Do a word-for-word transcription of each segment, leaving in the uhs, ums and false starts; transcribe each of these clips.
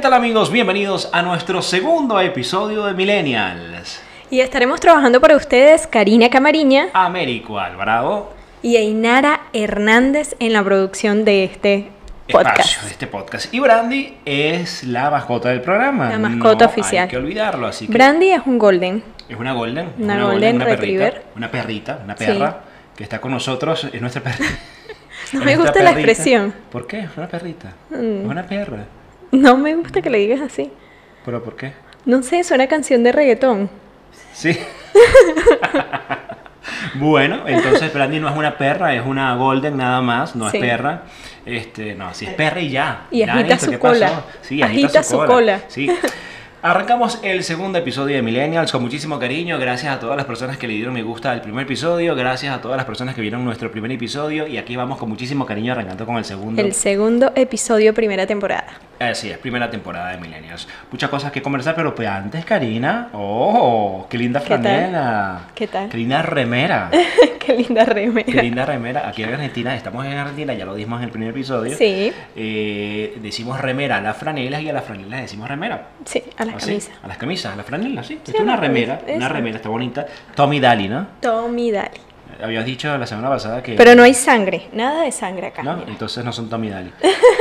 tal amigos? Bienvenidos a nuestro segundo episodio de Millennials. Y estaremos trabajando para ustedes Karina Camariña, Américo Alvarado y Ainara Hernández en la producción de este podcast. Espacio de este podcast. Y Brandy es la mascota del programa. La mascota no oficial. Hay que olvidarlo, así que Brandy es un golden. es una golden, Una una golden una retriever. perrita, una perrita, una perra Sí. que está con nosotros, es nuestra perrita. No Es me nuestra gusta la perrita. expresión. ¿Por qué? Es una perrita. Mm. Es una perra. No me gusta que le digas así. ¿Pero por qué? No sé, es una canción de reggaetón. Sí. Bueno, entonces Brandy no es una perra, es una golden nada más, no Sí. es perra. Este, no, si es perra y ya. Y Ya, agita listo, su ¿qué pasó? cola. Sí, Agita su cola. Sí. Arrancamos el segundo episodio de Millennials con muchísimo cariño. Gracias a todas las personas que le dieron me gusta al primer episodio. Gracias a todas las personas que vieron nuestro primer episodio. Y aquí vamos con muchísimo cariño arrancando con el segundo. El segundo episodio, primera temporada. Así es, primera temporada de Millennials. Muchas cosas que conversar, pero pues antes, Karina. ¡Oh! ¡Qué linda ¿Qué tal? franela! ¿Qué tal? ¡Qué linda remera! Qué linda remera. ¡Qué linda remera! Aquí en Argentina, estamos en Argentina, ya lo dijimos en el primer episodio. Sí, Eh, decimos remera a las franelas y a las franelas decimos remera. sí, a las ¿Así? camisas. A las camisas, a las franelas, sí. Sí, Esto es a una las remera, camisas, una eso. remera, está bonita. Tommy Daly, ¿no? Tommy Daly. Habías dicho la semana pasada que... Pero no hay sangre, nada de sangre acá. ¿No? mira. Entonces no son Tommy Daly.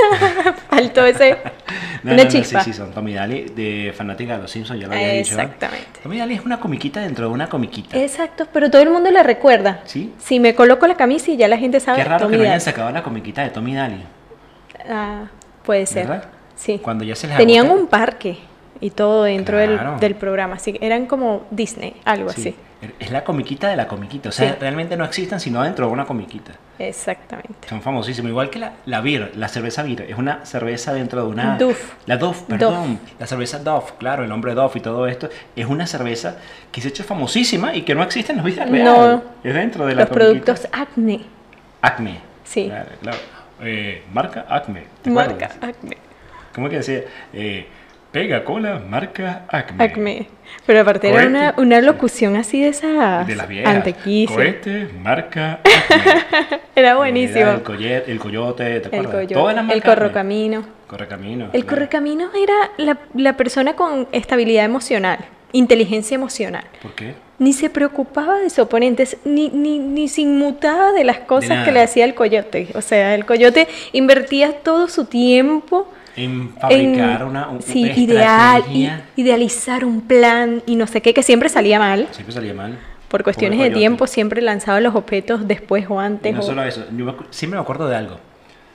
Faltó ese, No, una no, no, chispa. sí, sí, son Tommy Daly, de fanática de los Simpsons, ya lo había dicho. Exactamente. Tommy Daly es una comiquita dentro de una comiquita. Exacto, pero todo el mundo la recuerda. ¿Sí? Si me coloco la camisa y ya la gente sabe Qué raro Tommy que no hayan Daly. sacado la comiquita de Tommy Daly. Ah, puede ser. ¿Verdad? Sí. Cuando ya se les Tenían agota- un parque y todo dentro Claro. del, del programa, así que eran como Disney, algo Sí, así. es la comiquita de la comiquita. O sea, Sí. realmente no existen sino dentro de una comiquita. Exactamente. Son famosísimos. Igual que la, la Beer, la cerveza Beer. Es una cerveza dentro de una... Dove. La Dove, perdón. La cerveza Dove, claro, el nombre Dove y todo esto. Es una cerveza que se ha hecho famosísima y que no existe en la vida real. No. Es dentro de la Los comiquita. productos Acme. Acme. Sí. Claro, claro. Eh, marca Acme. ¿te Marca acuerdas? Acme. ¿Cómo que decía? Eh, Pega cola, marca Acme. Acme. Pero aparte era Cohete. una, una locución así de esas De las viejas. antequísimas. Cohete, marca Acme. Era buenísimo. Era el, coye- el coyote, ¿te El acuerdas? coyote, Todas las el marcas Acme. correcamino. Correcamino. El claro. correcamino era la, la persona con estabilidad emocional, inteligencia emocional. ¿Por qué? Ni se preocupaba de sus oponentes, ni, ni, ni se inmutaba de las cosas nada. que le hacía el coyote. O sea, el coyote invertía todo su tiempo En fabricar en una, un- sí, una ideal, estrategia. i- idealizar un plan y no sé qué, que siempre salía mal. Siempre salía mal. Por cuestiones Pobre de coyote. tiempo, siempre lanzaba los objetos después o Y antes. no o- solo eso, yo me acu- siempre me acuerdo de algo.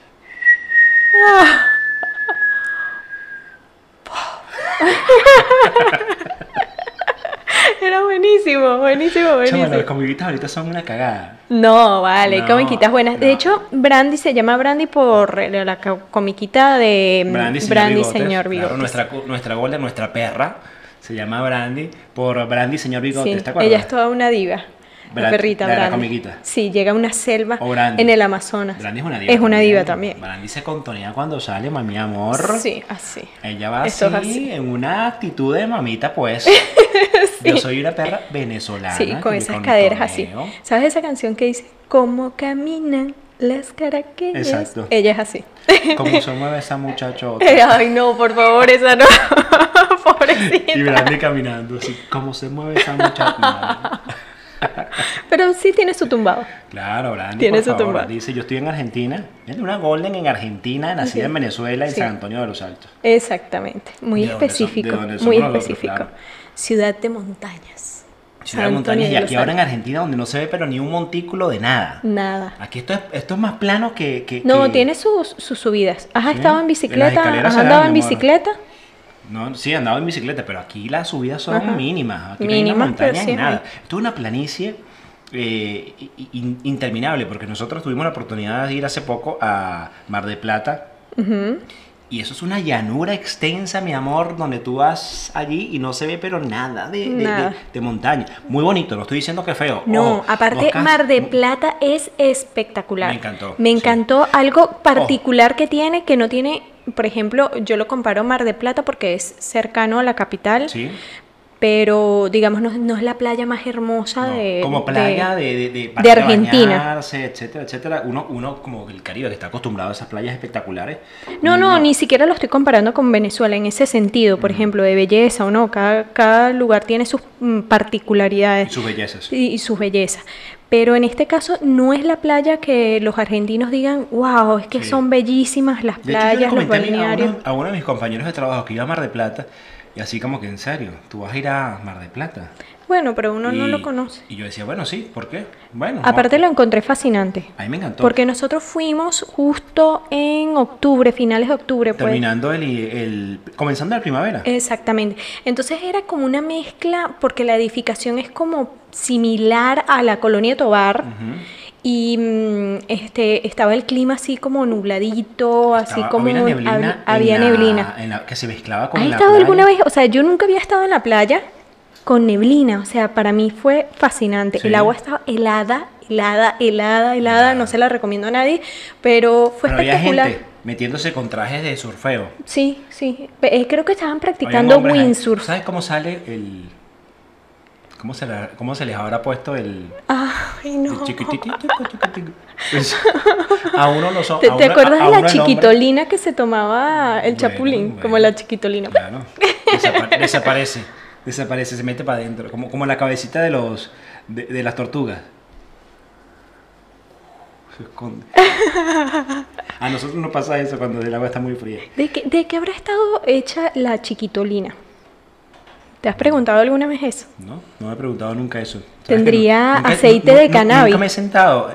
Era buenísimo, buenísimo, buenísimo. Chaval, las comiquitas ahorita son una cagada. No, vale, No, comiquitas buenas. De no. hecho, Brandy se llama Brandy por la, la co- comiquita de mm, Brandy, señor Brandy Bigotes. Señor Claro, Bigotes. nuestra, cu- nuestra golden, nuestra perra, se llama Brandy por Brandy, señor Bigotes. Sí, ¿Te acuerdas? ella es toda una diva. La Bran- perrita la de la Brandy. comiquita. Sí, llega a una selva O Brandy. en el Amazonas. Brandy es una diva. Es una diva también. Brandy se contonea cuando sale, mami amor. Sí, así. Ella va Eso así, es así. en una actitud de mamita, pues. Yo soy una perra venezolana. Sí, que con me esas caderas así. contoneo. ¿Sabes esa canción que dice cómo caminan las caraqueñas? Exacto. Ella es así. ¿Cómo se mueve esa muchachota? Ay, no, por favor, esa no. Pobrecita. Y Brandy caminando así, ¿cómo se mueve esa muchachota? Pero sí tiene su tumbado. Claro, Brandy, Tiene por su favor. tumba. Dice, yo estoy en Argentina. Es una golden en Argentina, nacida Sí. en Venezuela, en Sí. San Antonio de los Altos. Exactamente, muy ¿De dónde son- específico, de dónde somos muy nosotros, específico. claro? Ciudad de montañas. Ciudad de San montañas y Antonio de aquí los ahora en Altos. Argentina donde no se ve pero ni un montículo de nada. Nada. Aquí esto es, esto es más plano que... que- No, que- tiene sus, sus subidas. ¿Has Sí, estado en en las bicicleta? escaleras ¿Has se dan, andado en mi amor. bicicleta? No, sí, andaba en bicicleta, pero aquí las subidas son Ajá. mínimas. Aquí Mínimas, no hay una pero montaña sí ni nada. hay. Esto es una planicie eh, in- interminable, porque nosotros tuvimos la oportunidad de ir hace poco a Mar de Plata. Ujú. Y eso es una llanura extensa, mi amor, donde tú vas allí y no se ve pero nada de, de- Nada. de- de montaña. Muy bonito, no estoy diciendo que feo. No, Ojo, aparte Boscas- Mar de Plata es espectacular. Me encantó, Me sí. encantó algo particular que tiene, que no tiene, por ejemplo, yo lo comparo Mar de Plata porque es cercano a la capital. Sí, pero digamos no, no es la playa más hermosa No, de como playa de, de, de, para de ir a Argentina. bañarse, etcétera, etcétera. Uno, uno como el Caribe que está acostumbrado a esas playas espectaculares. No, no, no. ni siquiera lo estoy comparando con Venezuela en ese sentido, por ejemplo, de belleza o no, cada, cada lugar tiene sus mm, Y particularidades sus bellezas. y, y sus bellezas. Pero en este caso no es la playa que los argentinos digan, wow, es que Sí. son bellísimas las De hecho, yo le playas, los comenté a, mi- a balnearios. uno, a uno de mis compañeros de trabajo que iba a Mar de Plata, y así como que en serio, tú vas a ir a Mar de Plata. Bueno, pero uno no Y- lo conoce. Y yo decía, bueno, sí, ¿por qué? Bueno, Aparte vamos. lo encontré fascinante. A mí me encantó. Porque nosotros fuimos justo en octubre, finales de octubre, pues. Terminando el, el- comenzando la primavera. Exactamente. Entonces era como una mezcla, porque la edificación es como similar a la Colonia Tovar. Ujú. Y mm, este estaba el clima así como nubladito, así Estaba- como había neblina, hab- en había la- neblina. en la- que se mezclaba con ¿Has la estado playa. alguna vez? O sea, yo nunca había estado en la playa con neblina. O sea, para mí fue fascinante. Sí. El agua estaba helada, helada, helada, helada. No se la recomiendo a nadie, pero fue Pero había espectacular. gente metiéndose con trajes de surfeo. Sí, sí. Pe- eh, Creo que estaban Habían practicando hombres ahí. windsurf. ¿Sabes cómo sale el... ¿Cómo se, la- cómo se les habrá puesto el... Ay, el no. chiquititico, chiquitico? Pues, a uno lo son... ¿Te, a te uno- acuerdas a- a de uno la el hombre- chiquitolina que se tomaba el Bueno, chapulín? bueno. Como la chiquitolina. Claro. Desapa- desaparece. Desaparece, se mete para adentro. Como, como la cabecita de los de, de las tortugas. Se esconde. A nosotros nos pasa eso cuando el agua está muy fría. ¿De qué, de qué habrá estado hecha la chiquitolina? ¿Te has preguntado alguna vez eso? No, no me he preguntado nunca eso. ¿Sabes Tendría que no? Nunca- aceite nu- de nu- cannabis. Nunca me he sentado.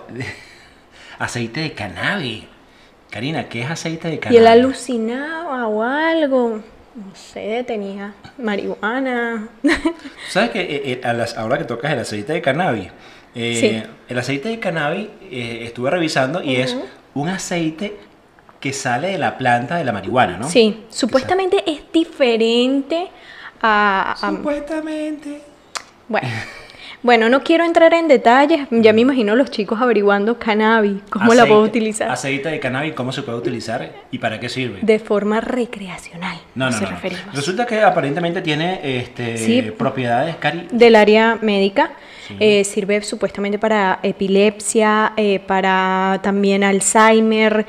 Aceite de cannabis. Karina, ¿qué es aceite de Y cannabis? él alucinaba o algo. No sé, tenía marihuana. ¿Sabes que eh, eh, a las- ahora que tocas el aceite de cannabis? eh, Sí. El aceite de cannabis eh, estuve revisando y es un aceite que sale de la planta de la marihuana, ¿no? Sí, supuestamente es diferente a... a- Supuestamente. bueno. Bueno, no quiero entrar en detalles. Ya me imagino los chicos averiguando cannabis, cómo la Aceite- puedo utilizar. Aceite de cannabis, ¿cómo se puede utilizar y para qué sirve? De forma recreacional. no, no, nos no, no. referimos. Resulta que aparentemente tiene este, Sí. propiedades cari... Del área médica. Sí. Eh, sirve supuestamente para epilepsia, eh, para también Alzheimer,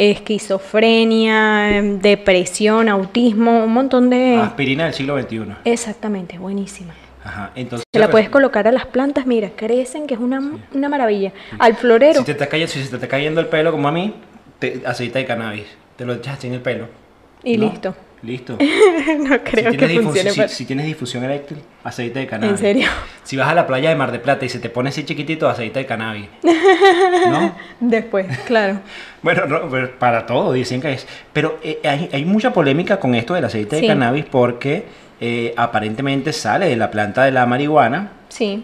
esquizofrenia, eh, depresión, autismo, un montón de... Aspirina del siglo veintiuno. Exactamente, buenísima. Ajá, entonces... Se la puedes colocar a las plantas, mira, crecen, que es una, una maravilla. Al florero. Si te está cayendo, si se te está cayendo el pelo como a mí, te, aceite de cannabis. Te lo echas así en el pelo. Y ¿no? listo. Listo. No creo si, que tienes difu- funcione. si, para- si tienes difusión eréctil, aceite de cannabis. ¿En serio? Si vas a la playa de Mar de Plata y se te pone así chiquitito, aceite de cannabis. ¿No? Después, claro. Bueno, no, pero para todo dicen que es. Pero eh, hay, hay mucha polémica con esto del aceite de Sí. cannabis porque eh, aparentemente sale de la planta de la marihuana Sí.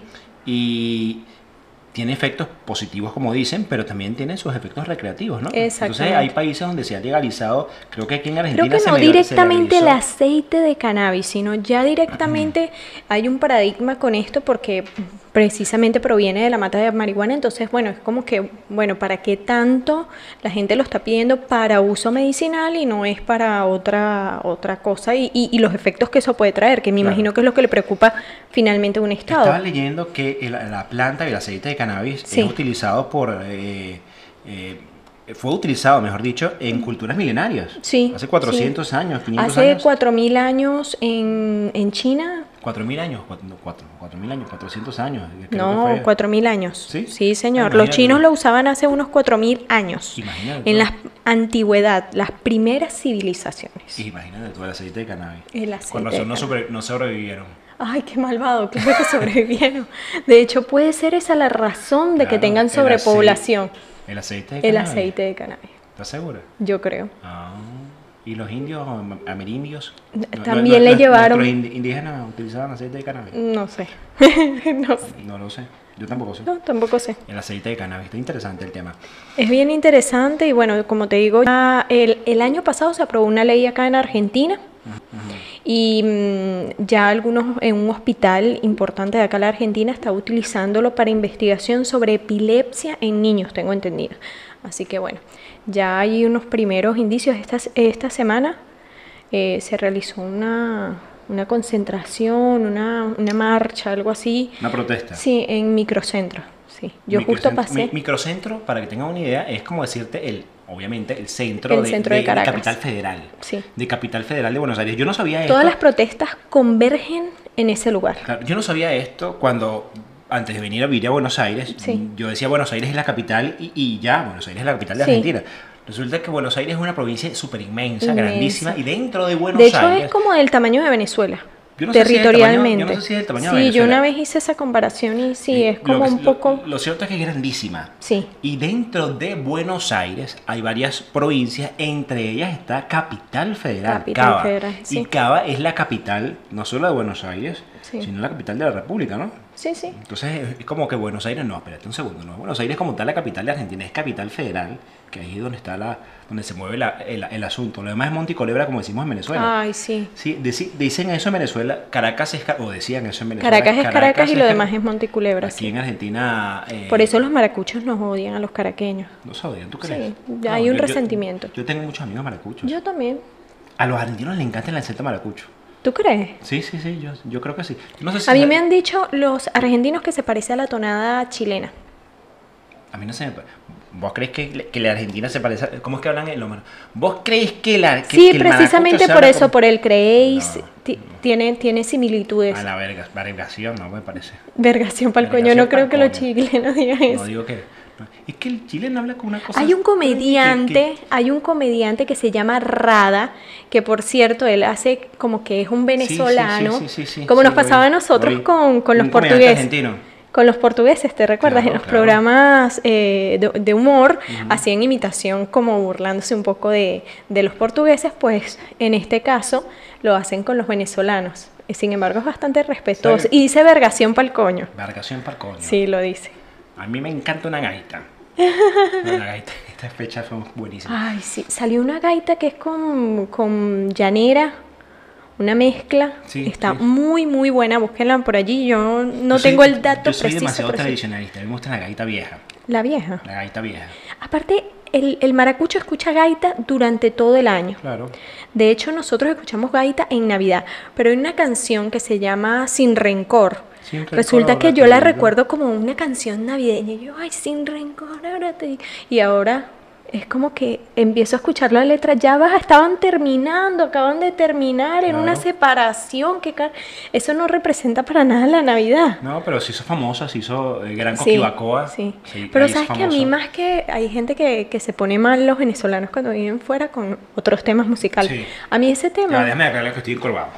y tiene efectos positivos, como dicen, pero también tiene sus efectos recreativos, ¿no? Entonces Exactamente. hay países donde se ha legalizado, creo que aquí en Argentina Creo que se no legal- se directamente el legalizó. aceite de cannabis, sino ya directamente hay un paradigma con esto porque precisamente proviene de la mata de marihuana, entonces bueno, es como que, bueno, ¿para qué tanto la gente lo está pidiendo para uso medicinal y no es para otra otra cosa? Y, y, y los efectos que eso puede traer, que me Claro. imagino que es lo que le preocupa finalmente a un Estaba Estado. leyendo que el- la planta y el aceite de cannabis Sí. es utilizado por... eh, eh, fue utilizado, mejor dicho, en culturas milenarias. Sí, Hace cuatrocientos años, quinientos Hace años. cuatro mil años en, en China, cuatro mil años, cuatro, no, cuatro, cuatro mil años, cuatrocientos años. creo que no, fue. cuatro mil años. ¿Sí? Sí, señor. Ah, Los imagínate. chinos lo usaban hace unos cuatro mil años. Imagínate En tú. la antigüedad, las primeras civilizaciones. Imagínate tú el aceite de cannabis. El aceite Con de razón no, cannabis. sobre- no sobrevivieron. Ay, qué malvado, claro que sobrevivieron. De hecho, puede ser esa la razón de que Claro, tengan el sobrepoblación. aceite- El aceite de El cannabis. aceite de cannabis, ¿Estás segura? yo creo. Ah. ¿Y los indios am- amerindios? No- También no- le no- llevaron- ¿Nuestros ind- indígenas utilizaban aceite de cannabis? No sé. No sé. No lo sé. Yo tampoco sé. No, tampoco sé. El aceite de cannabis. Está interesante el tema. Es bien interesante y bueno, como te digo, ya el, el año pasado se aprobó una ley acá en Argentina y mm, ya algunos en un hospital importante de acá en la Argentina está utilizándolo para investigación sobre epilepsia en niños, tengo entendido. Así que bueno, ya hay unos primeros indicios. Esta, esta semana eh, se realizó una, una concentración, una, una marcha, algo así. Una protesta. Sí, en microcentro. Sí, yo justo Microcentro- pasé. mi- microcentro, para que tengan una idea, es como decirte el, obviamente, el centro, El de, centro de de- de Caracas. Capital Federal. Sí. De Capital Federal de Buenos Aires. Yo no sabía esto. Todas las protestas convergen en ese lugar. Claro, yo no sabía esto cuando, antes de venir a vivir a Buenos Aires, Sí. yo decía Buenos Aires es la capital y, y ya, Buenos Aires es la capital de Sí. Argentina. Resulta que Buenos Aires es una provincia súper inmensa, Inmensa. grandísima, y dentro de Buenos De hecho, Aires... es como del tamaño de Venezuela. Yo no sé si es del tamaño- Territorialmente. yo no sé si es del tamaño de Sí, yo Venezuela. una vez hice esa comparación y sí, es Lo como que- un lo- poco... Lo, cierto es que es grandísima. Sí. Y dentro de Buenos Aires hay varias provincias, entre ellas está Capital Federal, Capital Cava. Federal, sí. Y Cava es la capital, no solo de Buenos Aires, Sí. sino la capital de la República, ¿no? Sí, sí. Entonces es como que Buenos Aires, no, espérate un segundo, no, Buenos Aires como tal la capital de Argentina, es Capital Federal, que ahí es donde está la, donde se mueve la- el, el asunto. Lo demás es Monte y Culebra, como decimos en Venezuela. Ay, sí. Sí, deci- dicen eso en Venezuela, Caracas es, Ca- o decían eso en Venezuela. Caracas es Caracas y lo Car- demás es Monteculebra, Aquí sí. en Argentina... eh, Por eso los maracuchos nos odian a los caraqueños. no se odian, ¿tú Sí, crees? ya hay un resentimiento. Yo, tengo muchos amigos maracuchos. Yo también. A los argentinos les encanta el acento maracucho. ¿Tú crees? Sí, sí, sí, yo, yo creo que sí. No sé si A mí me han dicho los argentinos que se parece a la tonada chilena. A mí no se me... pa- ¿Vos crees que, que la Argentina se parece? a- ¿Cómo es que hablan en lo mar- ¿Vos crees que la que, Sí, que el maracucho precisamente se por habla eso, como- por el creéis, No, ti- tiene, tiene similitudes. A la verga, vergación, no me parece. Vergación pa'l coño, Vergación no creo pa'l que los coño. chilenos digan No eso. digo que... no. Es que el chileno habla con una cosa... Hay un que- comediante, que- hay un comediante que se llama Rada, que por cierto, él hace como que es un venezolano, sí, sí, sí, sí, como sí, nos lo vi, pasaba a lo nosotros vi. con, con los Un comediante portugueses. argentino. Con los portugueses, ¿te recuerdas? Claro, en los claro. programas eh, de, de humor hacían imitación como burlándose un poco de, de los portugueses, pues en este caso lo hacen con los venezolanos. Y sin embargo es bastante respetuoso. ¿Sabe? Y dice vergación pa'l coño. Vergación para coño. Sí, lo dice. A mí me encanta una gaita. Una gaita. Estas fechas son buenísimas. Ay, sí. Salió una gaita que es con, con llanera, una mezcla. Sí, Está sí. muy, muy buena. Búsquenla por allí. Yo no Yo soy- tengo el dato Yo soy preciso. demasiado pero sí. tradicionalista. A mí me gusta la gaita vieja. La vieja. La gaita vieja. Aparte, el, el maracucho escucha gaita durante todo el año. Claro. De hecho, nosotros escuchamos gaita en Navidad, pero hay una canción que se llama Sin Rencor. Sin rencor, Resulta que ahora yo te la digo. recuerdo como una canción navideña. Y yo, ay, sin rencor, ahora te digo. Y ahora es como que empiezo a escuchar la letra. Ya vas, estaban terminando, acaban de terminar en una Claro. separación. Que car- Eso no representa para nada la Navidad. No, pero se hizo famosa, se hizo eh, Gran Sí, Coquibacoa. sí. Sí, Pero ahí hizo sabes que a mí famoso. más que hay gente que, que se pone mal los venezolanos cuando viven fuera con otros temas musicales. Sí. A mí ese Ya, tema déjame aclarar que estoy encorvado.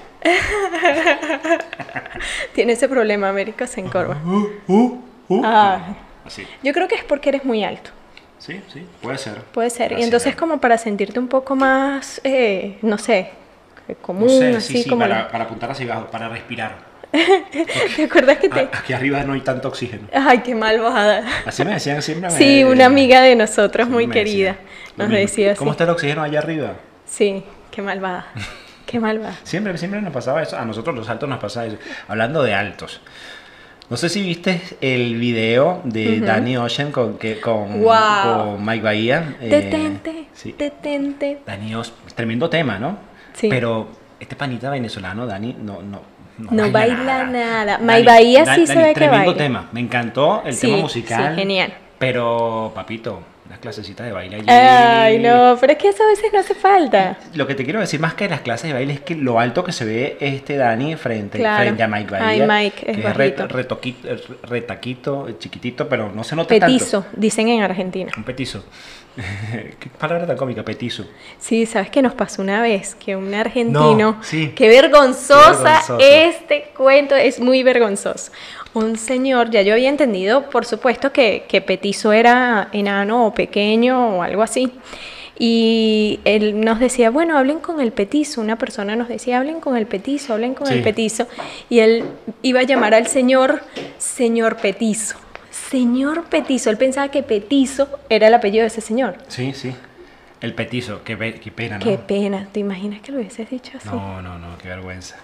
tiene ese problema, América se encorva. Uh, uh, uh. Ah. Así. Yo creo que es porque eres muy alto, Sí, sí, puede ser. puede ser. Y Gracias. entonces como para sentirte un poco más, eh, no sé, común, No sé, así sí, sí, como... para, la- para apuntar hacia abajo, para respirar. ¿Te acuerdas que te...? A- Aquí arriba no hay tanto oxígeno. Ay, qué malvada. Así me decían siempre. Sí, me- una amiga de nosotros sí, muy me querida decía lo nos mismo. decía así. ¿Cómo está el oxígeno allá arriba? Sí, qué malvada, qué malvada. Siempre, siempre nos pasaba eso. A nosotros los altos nos pasaba eso. Hablando de altos. No sé si viste el video de Danny Ocean con, que, con, Wow. con Mike Bahía. eh, Detente, sí. detente. Danny Ocean, tremendo tema, ¿no? Sí. Pero este panita venezolano, Dani, no, no, No baila nada. Dani- Mike Bahía sí Dani- se Dani, ve que tremendo baila. tema. Me encantó el Sí, tema musical. sí, genial. Pero, papito, unas clasecitas de baile allí. Ay, no, pero es que eso a veces no hace falta. Lo que te quiero decir más que las clases de baile es que lo alto que se ve este Dani frente, Claro. frente a Mike Bahía. Ay, Mike es que bajito. re- retoqui- eh, retaquito, chiquitito, pero no se nota Petizo, dicen en Argentina. tanto. Un petizo. Qué palabra tan cómica, petizo. Sí, ¿sabes qué nos pasó una vez? Que un argentino... No, sí. Qué vergonzosa Qué vergonzoso. este cuento, es muy vergonzoso. Un señor, ya yo había entendido, por supuesto, que, que petizo era enano o pequeño o algo así. Y él nos decía, bueno, hablen con el petizo. Una persona nos decía, hablen con el petizo, hablen con Sí. el petizo. Y él iba a llamar al señor, señor petizo. Señor petizo. Él pensaba que petizo era el apellido de ese señor. Sí, sí. El petizo, qué, pe- qué pena, ¿no? Qué pena, ¿te imaginas que lo hubieses dicho así? No, no, no, qué vergüenza.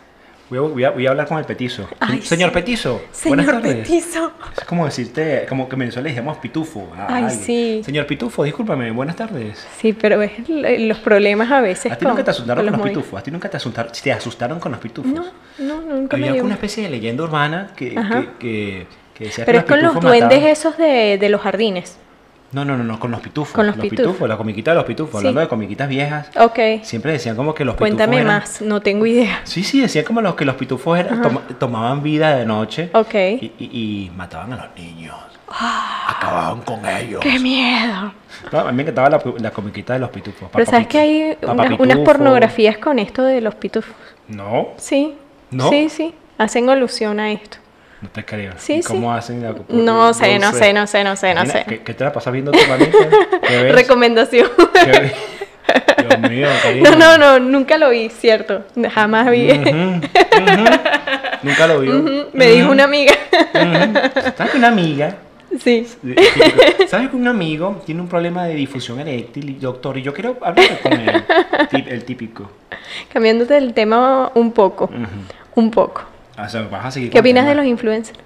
Voy a, voy a- voy a hablar con el petizo. Ay, Señor sí. petizo, Señor buenas tardes. Petizo. Es como decirte, como que en Venezuela le llamamos pitufo. a Ay, alguien. sí. Señor pitufo, discúlpame, buenas tardes. Sí, pero es l- los problemas a veces ¿A ti con, nunca te asustaron con con los móviles. pitufos? ¿A ti nunca te asustaron, te asustaron con los pitufos? No, no, nunca Había me dio. como una especie de leyenda urbana que, Ajá. que, que, que decía Pero es que con los pitufos duendes mataban- esos de, de los jardines. No, no, no, no, con los pitufos. Con los pitufos. la comiquita de los pitufos. Sí. Hablando de comiquitas viejas, Ok. siempre decían como que los pitufos Cuéntame eran- más, no tengo idea. Sí, sí, decían como los que los pitufos eran- toma- tomaban vida de noche Ok. y, y- y mataban a los niños. Acababan con ellos. ¡Qué miedo! No, a mí me encantaba la, la comiquita de los pitufos. Pero Papá sabes Pit- que hay Papá unas, unas Pitufo. pornografías con esto de los pitufos. No, Sí. ¿No? Sí, sí. Hacen alusión a esto. no te creo. Sí, ¿Y ¿Cómo sí. hacen la No sé, no sé, no sé, no sé, no Imagina, sé. ¿Qué, qué te la pasas viendo tu manita? ¿Qué ves? Recomendación. ¿Qué ves? Dios mío, cariño. No, no, no, nunca lo vi, cierto. Jamás vi. Ujú, ujú. Nunca lo vio. Ujú, me dijo una amiga. Ujú. ¿Sabes que una amiga? Sí. ¿Sabes que un amigo tiene un problema de difusión eréctil, y, doctor? Y yo quiero hablar con él. Tip- El típico. Cambiándote el tema un poco. Ujú. Un poco. O sea, vas a seguir ¿Qué con el opinas de tema. los influencers?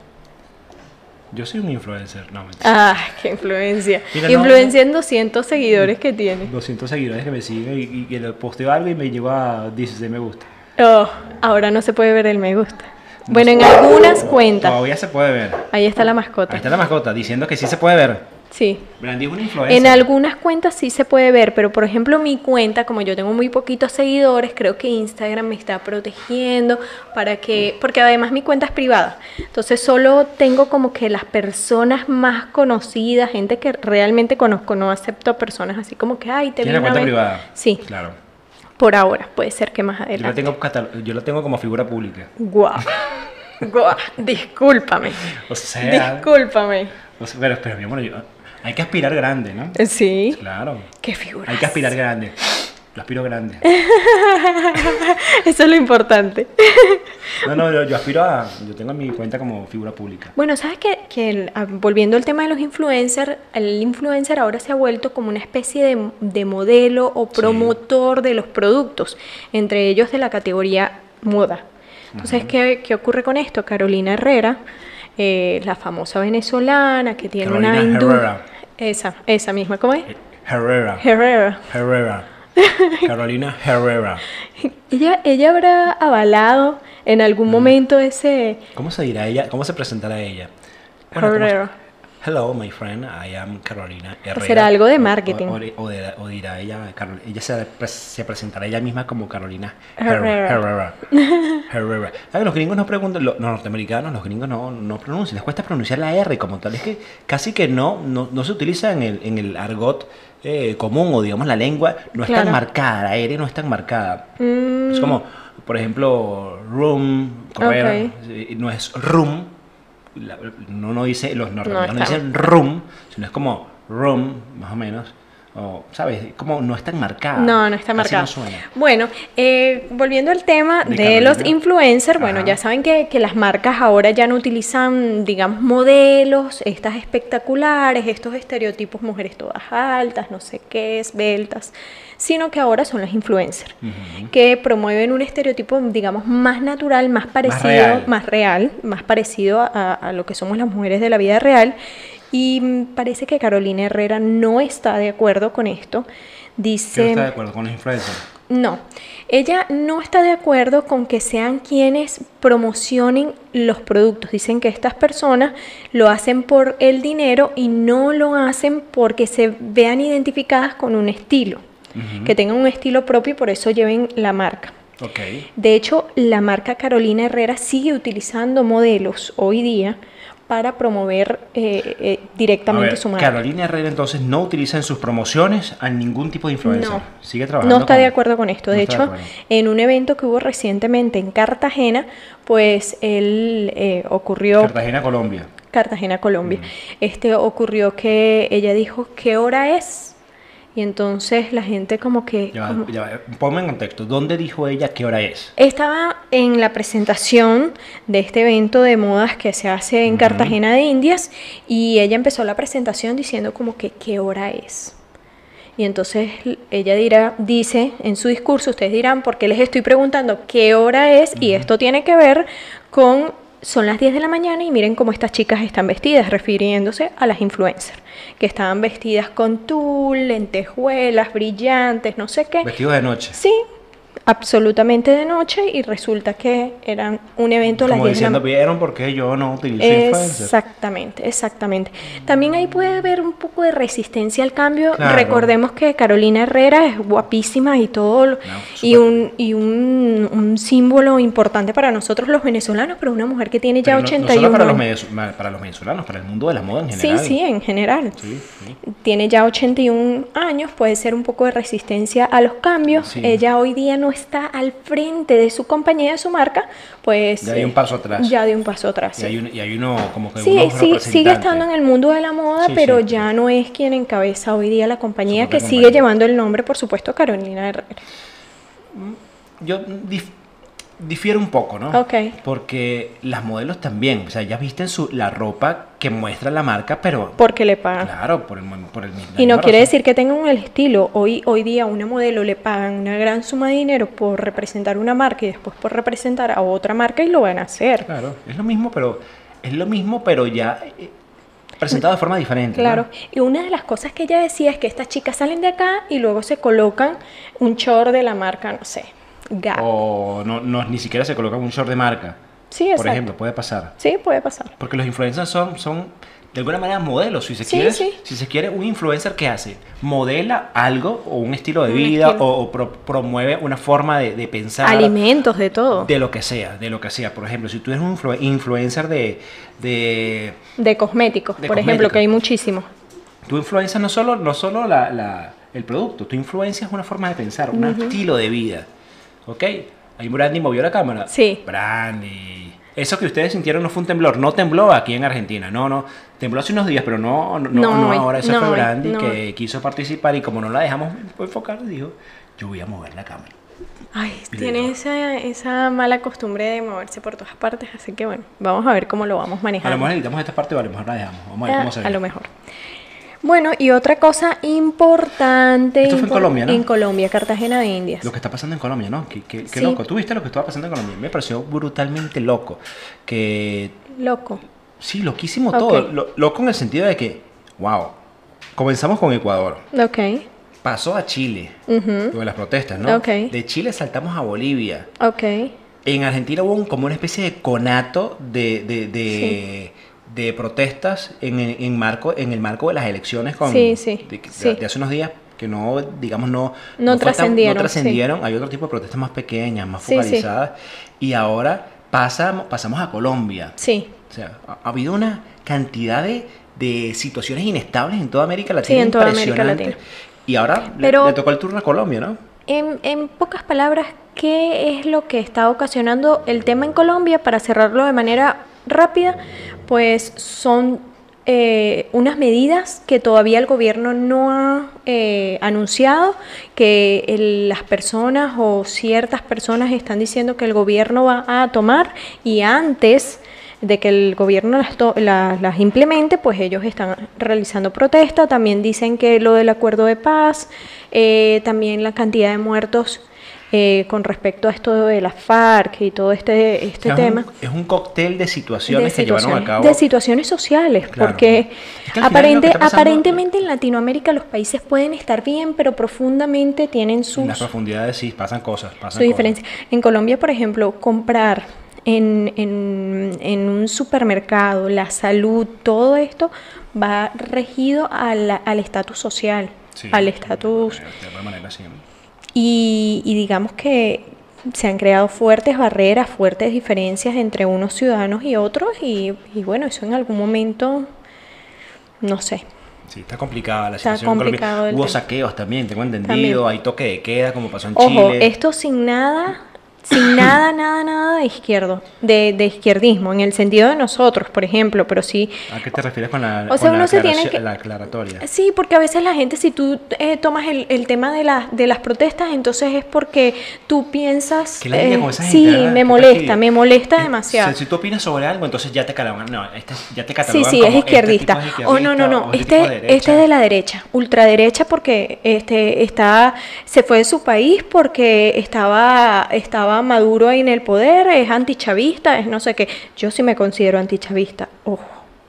Yo soy un influencer, no, mentira. Ah, qué influencia. Mira, no, Influencia en doscientos seguidores que tiene. doscientos seguidores que me siguen y, y que le posteo algo y me llevo a dieciséis me gusta. Oh, ahora no se puede ver el me gusta. No Bueno, en sé. algunas cuentas. Todavía se puede ver. Ahí está la Ahí mascota. está la mascota diciendo que sí se puede ver. Sí. Brandy es una influencer. En algunas cuentas sí se puede ver, pero por ejemplo mi cuenta, como yo tengo muy poquitos seguidores, creo que Instagram me está protegiendo para que, porque además mi cuenta es privada, entonces solo tengo como que las personas más conocidas, gente que realmente conozco, no acepto a personas así como que, ay, te vi ¿Tiene la una cuenta vez. privada? Sí, Claro. por ahora, puede ser que más Yo la, adelante. tengo catal- yo la tengo como figura pública. Guau, guau, discúlpame, O sea, discúlpame. o sea, pero, pero mi amor, yo- hay que aspirar grande, ¿no? Sí, Claro. qué figura. Hay que aspirar grande. Yo aspiro grande. Eso es lo importante. No, no, yo, yo aspiro a... Yo tengo mi cuenta como figura pública. Bueno, ¿sabes qué? Que el- ah, volviendo al tema de los influencers, el influencer ahora se ha vuelto como una especie de, de modelo o promotor de los productos, entre ellos de la categoría moda. Entonces, ¿qué, qué ocurre con esto? Carolina Herrera, eh, la famosa venezolana que tiene una Carolina industria... Herrera. Esa, esa misma, ¿cómo es? Herrera. Herrera. Herrera. Carolina Herrera. Ella, ella habrá avalado en algún momento ese... ¿Cómo se dirá ella? ¿Cómo se presentará ella? ¿cómo Herrera. se- Hello, my friend. I am Carolina Herrera. Será algo de O- marketing. O, o- o dirá- o dirá ella, Carol- ella se, pre- se presentará ella misma como Carolina Herrera. Herrera. Herrera. ¿Sabes? Los gringos no preguntan, los, los norteamericanos, los gringos no, no pronuncian, les cuesta pronunciar la R como tal. Es que casi que no, no, no se utiliza en el, en el argot eh, común o digamos la lengua, no es Claro. tan marcada, la R no es tan marcada. Mm, Es como, por ejemplo, room, correr, Ok. eh, no es room, la- no, no dice, los norteamericanos no está- dicen room, sino es como room, más o menos, o, ¿sabes? Como no es tan marcada. No, no está casi marcado. no suena. Bueno, eh, volviendo al tema De de, Carolina. los influencers, bueno, Ajá. ya saben que, que las marcas ahora ya no utilizan, digamos, modelos, estas espectaculares, estos estereotipos, mujeres todas altas, no sé qué, esbeltas, sino que ahora son las influencers, Ujú. que promueven un estereotipo, digamos, más natural, más parecido, real. más real, más parecido a, a lo que somos las mujeres de la vida real. Y mm, parece que Carolina Herrera no está de acuerdo con esto. ¿Qué Dice... no está de acuerdo con los influencers? No, ella no está de acuerdo con que sean quienes promocionen los productos. Dicen que estas personas lo hacen por el dinero y no lo hacen porque se vean identificadas con un estilo, Ujú. que tengan un estilo propio y por eso lleven la marca. Ok. De hecho, la marca Carolina Herrera sigue utilizando modelos hoy día para promover eh, eh, A directamente ver, su marca. Carolina Herrera entonces no utiliza en sus promociones a ningún tipo de influencer. No. Sigue trabajando No está con- de acuerdo con esto. no De está hecho, de acuerdo. en un evento que hubo recientemente en Cartagena, pues él eh, ocurrió... Cartagena, Colombia. Cartagena, Colombia. Mm. Este ocurrió que ella dijo, ¿qué hora es? Y entonces la gente como que... Ya va, como- ya va, ponme en contexto. ¿Dónde dijo ella qué hora es? Estaba en la presentación de este evento de modas que se hace en Ujú. Cartagena de Indias y ella empezó la presentación diciendo como que qué hora es. Y entonces ella dirá, dice en su discurso, ustedes dirán, ¿por qué les estoy preguntando qué hora es? Uh-huh. Y esto tiene que ver con, son las diez de la mañana y miren cómo estas chicas están vestidas, refiriéndose a las influencers, que estaban vestidas con tul, lentejuelas, brillantes, no sé qué. Vestidos de noche. Sí, absolutamente de noche, y resulta que eran un evento a las Como diez de la diciendo, mañana. ¿vieron por qué yo no utilizo influencers? Exactamente, exactamente. También ahí puede haber un poco de resistencia al cambio. Claro. Recordemos que Carolina Herrera es guapísima y todo, no, y un y un, un símbolo importante para nosotros los venezolanos, pero una mujer que tiene ya pero no, ochenta y uno no solo para años. los, para los venezolanos, para el mundo de la moda en general. Sí, sí, en general. Sí, sí. Tiene ya ochenta y uno años, puede ser un poco de resistencia a los cambios. Sí. Ella hoy día no está al frente de su compañía, de su marca, pues... Ya hay un paso atrás. Ya de un paso atrás. Y, sí. hay, un, y hay uno como que sí, unos sí, sigue estando en el mundo de la moda, sí, pero sí, ya sí. no es quien encabeza hoy día la compañía, que compañía. Sigue llevando el nombre, por supuesto, Carolina Herrera. Yo dif difiero un poco, ¿no? Ok. Porque las modelos también, o sea, ya visten su, la ropa que muestra la marca, pero... Porque le pagan. Claro, por el, por el mismo. Y no quiere decir que tengan el estilo. Hoy, hoy día a una modelo le pagan una gran suma de dinero por representar una marca y después por representar a otra marca, y lo van a hacer. Claro, es lo mismo, pero es lo mismo, pero ya eh, presentado de forma diferente. Claro, ¿no? Y una de las cosas que ella decía es que estas chicas salen de acá y luego se colocan un short de la marca, no sé, Gap. O no, no, ni siquiera se colocan un short de marca. Sí, exacto. Por ejemplo, puede pasar. Sí, puede pasar. Porque los influencers son, son de alguna manera modelos. Si se, sí, quiere, sí. si se quiere, un influencer, ¿qué hace? Modela algo o un estilo de un vida estilo. o, o pro, promueve una forma de, de pensar. Alimentos, de todo. De lo que sea, de lo que sea. Por ejemplo, si tú eres un influ influencer de... De, de cosméticos, de por cosméticos. ejemplo, que hay muchísimos. Tu influencia no solo, no solo la, la, el producto, tu influencia es una forma de pensar, un uh-huh. estilo de vida. ¿Ok? Ahí Brandy movió la cámara. Sí. Brandy. Eso que ustedes sintieron no fue un temblor. No tembló aquí en Argentina. No, no. Tembló hace unos días, pero no, no, no, no ahora. Eso no, fue Brandy no. que quiso participar y como no la dejamos enfocar, dijo, yo voy a mover la cámara. Ay, y tiene esa, esa mala costumbre de moverse por todas partes, así que bueno, vamos a ver cómo lo vamos manejando. A lo mejor editamos esta parte o a lo mejor la dejamos. Vamos a ver ah, cómo se ve. A lo mejor. Bueno, y otra cosa importante... Esto fue en Colombia, ¿no? En Colombia, Cartagena de Indias. Lo que está pasando en Colombia, ¿no? Qué, qué, qué sí. loco. ¿Tú viste lo que estaba pasando en Colombia? Me pareció brutalmente loco. Que... Loco. Sí, loquísimo okay. todo. Lo, loco en el sentido de que, wow, comenzamos con Ecuador. Ok. Pasó a Chile, uh-huh. con las protestas, ¿no? Okay. De Chile saltamos a Bolivia. Ok. En Argentina hubo un, como una especie de conato de... de, de sí. de protestas en, en, en marco en el marco de las elecciones con, sí, sí, de, de, sí. de hace unos días que no digamos no no, no trascendieron no trascendieron sí. Hay otro tipo de protestas más pequeñas, más sí, focalizadas sí. Y ahora pasamos pasamos a Colombia. Sí. O sea, ha, ha habido una cantidad de, de situaciones inestables en toda América Latina, sí, en toda impresionante. América Latina. Y ahora Pero, le, le tocó el turno a Colombia, ¿no? En, en pocas palabras, ¿qué es lo que está ocasionando el tema en Colombia? Para cerrarlo de manera rápida, pues son eh, unas medidas que todavía el gobierno no ha eh, anunciado, que el, las personas o ciertas personas están diciendo que el gobierno va a tomar, y antes de que el gobierno las, to las, las implemente, pues ellos están realizando protesta. También dicen que lo del acuerdo de paz, eh, también la cantidad de muertos Eh, con respecto a esto de las FARC y todo este, este es tema. Un, es un cóctel de situaciones, de que situaciones llevaron a cabo. De situaciones sociales, claro. Porque es que aparente, pasando, aparentemente en Latinoamérica los países pueden estar bien, pero profundamente tienen sus... En las profundidades sí, pasan cosas. Pasan su diferencia. En Colombia, por ejemplo, comprar en, en, en un supermercado, la salud, todo esto va regido al estatus social, sí, al estatus... De alguna manera, sí. Y, y digamos que se han creado fuertes barreras, fuertes diferencias entre unos ciudadanos y otros, y, y bueno, eso en algún momento, no sé. Sí, está complicada la está situación. Complicado Hubo tema. saqueos también, tengo entendido, también. Hay toque de queda, como pasó en Ojo, Chile. esto sin nada sin nada, nada, nada de izquierdo, de, de izquierdismo, en el sentido de nosotros, por ejemplo, pero sí. ¿A qué te refieres con la, O sea, con uno la, se tiene aclaración- que- la aclaratoria? Sí, porque a veces la gente, si tú eh, tomas el, el tema de, la- de las protestas, entonces es porque tú piensas... ¿Qué la lidia eh, con esa sí, gente, verdad? me Qué molesta, fastidio. me molesta Eh, demasiado. Si, si tú opinas sobre algo, entonces ya te catalogan, no, este, ya te Sí, catalogan sí, es como este izquierdista. tipo es O no, no, izquierdista, no. o este tipo Este, de derecha. este es de la derecha, ultraderecha, porque este está, se fue de su país porque estaba, estaba Maduro en el poder, es antichavista, es no sé qué. Yo sí me considero antichavista, ojo.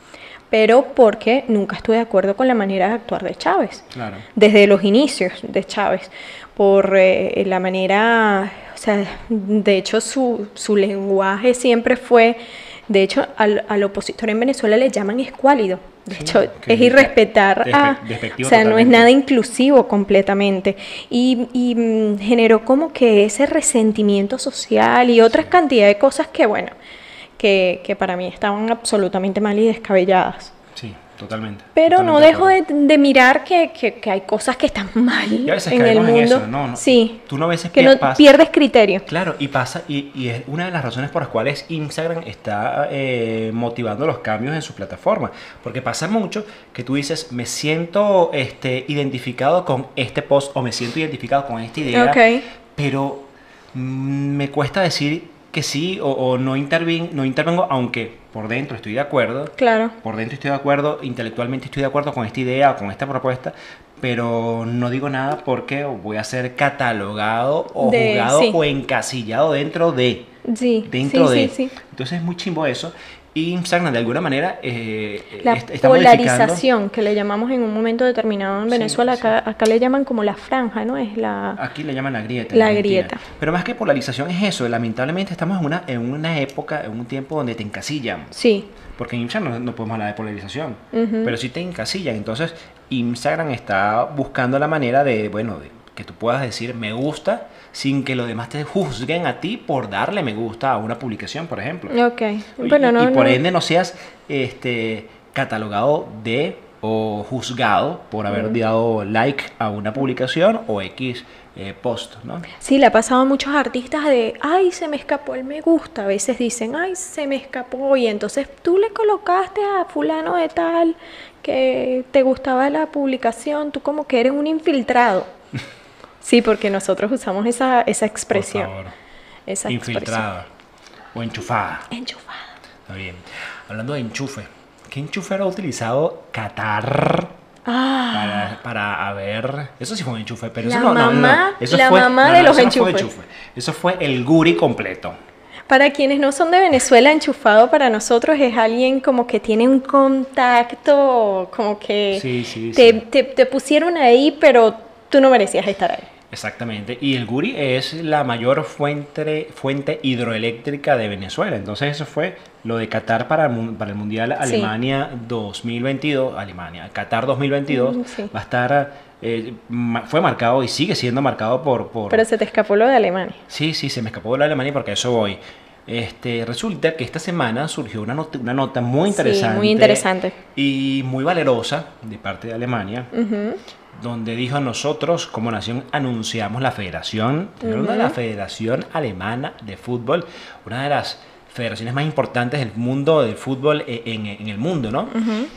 Pero porque nunca estuve de acuerdo con la manera de actuar de Chávez. Claro. Desde los inicios de Chávez. Por eh, la manera, o sea, de hecho su, su lenguaje siempre fue, de hecho al, al opositor en Venezuela le llaman escuálido. De Sí, hecho, que es es irrespetar despe- a... despectivo O sea, no es totalmente. nada inclusivo completamente. Y, y mm, generó como que ese resentimiento social y otras cantidad de cosas que, bueno, que, que para mí estaban absolutamente mal y descabelladas. Sí, totalmente. Pero totalmente no de dejo acuerdo. de, de mirar que, que, que hay cosas que están mal Y a veces en el caemos en mundo. eso, no, no. Sí, Tú no a veces que no pas- pierdes criterio. Claro, y pasa, y, y es una de las razones por las cuales Instagram está eh, motivando los cambios en su plataforma. Porque pasa mucho que tú dices, me siento este, identificado con este post o me siento identificado con esta idea, Ok. pero mm, me cuesta decir que sí o, o no, intervin, no intervengo, aunque por dentro estoy de acuerdo. Claro. Por dentro estoy de acuerdo, intelectualmente estoy de acuerdo con esta idea o con esta propuesta, pero no digo nada porque voy a ser catalogado o De- juzgado sí. o encasillado dentro de. Sí, Dentro sí, de. sí, sí. Entonces es muy chimbo eso. Y Instagram de alguna manera eh, La est- está modificando. polarización que le llamamos en un momento determinado en Sí, Venezuela, sí. acá, acá le llaman como la franja, ¿no? Es la... Aquí le llaman la grieta. en La Argentina. grieta. Pero más que polarización es eso. Lamentablemente estamos en una, en una época, en un tiempo donde te encasillan. Sí, Porque en Instagram no, no podemos hablar de polarización, pero sí te encasillan. Entonces, Instagram está buscando la manera de, bueno, de que tú puedas decir me gusta sin que los demás te juzguen a ti por darle me gusta a una publicación, por ejemplo. ok. Y- Bueno, no, y por no. ende no seas este, catalogado de o juzgado por haber dado like a una publicación o X eh, post, ¿no? Sí, le ha pasado a muchos artistas de, ay, se me escapó el me gusta. A veces dicen, ay, se me escapó. Y entonces tú le colocaste a fulano de tal que te gustaba la publicación. Tú como que eres un infiltrado. Sí, porque nosotros usamos esa, esa expresión. Por favor. Esa Infiltrada o enchufada. expresión. Enchufada. Está bien. Hablando de enchufe, ¿qué enchufe ha utilizado Qatar Ah, para, para a ver? Eso sí fue un enchufe, pero La eso no, no, no, mamá- eso la fue, mamá no, de no, los eso no fue enchufes. enchufe. Eso fue el guri completo. para quienes no son de Venezuela, enchufado para nosotros es alguien como que tiene un contacto, como que Sí, sí, te, sí. te- te pusieron ahí, pero tú no merecías estar ahí. Exactamente. Y el Guri es la mayor fuente, fuente hidroeléctrica de Venezuela. Entonces eso fue lo de Qatar para el, mun- para el Mundial Sí. Alemania dos mil veintidós. Alemania, Qatar dos mil veintidós Mm, sí. va a estar, eh, ma- fue marcado y sigue siendo marcado por... por Pero se te escapó lo de Alemania. Sí, sí, se me escapó la Alemania porque a eso voy. Este, resulta que esta semana surgió una nota, una nota muy interesante. Sí, muy interesante. Y muy valerosa de parte de Alemania, Ujú. donde dijo nosotros como nación anunciamos la federación, una de la Federación Alemana de Fútbol, una de las federaciones más importantes del mundo del fútbol e- en, en el mundo, ¿no?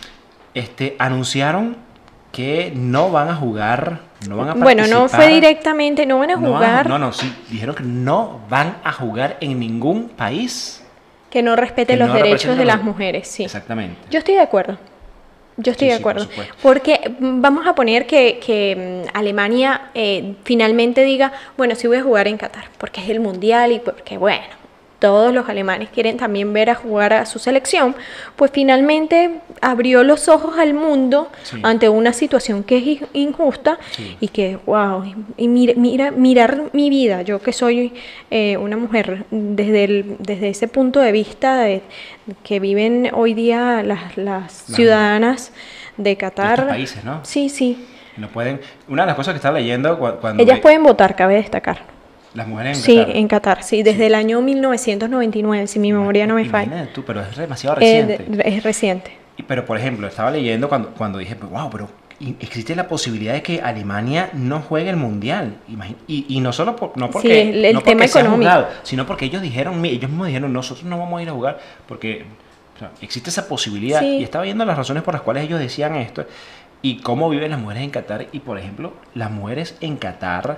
Este, anunciaron que no van a jugar, no van a Bueno, no fue participar. directamente, no van a No van a- jugar, No, no, sí, dijeron que no van a jugar en ningún país. que no respete que los no derechos representen de los- las mujeres, sí. Exactamente. Yo estoy de acuerdo. Yo estoy Sí, de sí, por acuerdo. supuesto. Porque mm, vamos a poner que, que, mm, Alemania eh, finalmente diga, bueno, sí voy a jugar en Qatar, porque es el mundial y porque, bueno, todos los alemanes quieren también ver a jugar a su selección, pues finalmente abrió los ojos al mundo Sí. ante una situación que es in- injusta Sí. y que, wow, y mira, mira, mirar mi vida, yo que soy eh, una mujer, desde, el, desde ese punto de vista de, que viven hoy día las, las ciudadanas de Qatar. estos países, ¿no? Sí, sí. No pueden. Una de las cosas que estaba leyendo cu- cuando Ellas vi- pueden votar, cabe destacar. las mujeres en Sí, Qatar. en Qatar, sí, desde el año mil novecientos noventa y nueve, si mi memoria no me falla. Imagínate tú, pero es demasiado Eh, reciente. de- es reciente. Y- Pero, por ejemplo, estaba leyendo cuando, cuando dije, wow, pero y existe la posibilidad de que Alemania no juegue el mundial. Imagin- y, y no solo por, no porque, Sí, el- el no porque tema sea económico. juzgado, sino porque ellos dijeron, mi- ellos mismos dijeron, nosotros no vamos a ir a jugar porque o sea, existe esa posibilidad. Sí. Y estaba viendo las razones por las cuales ellos decían esto y cómo viven las mujeres en Qatar. Y por ejemplo, las mujeres en Qatar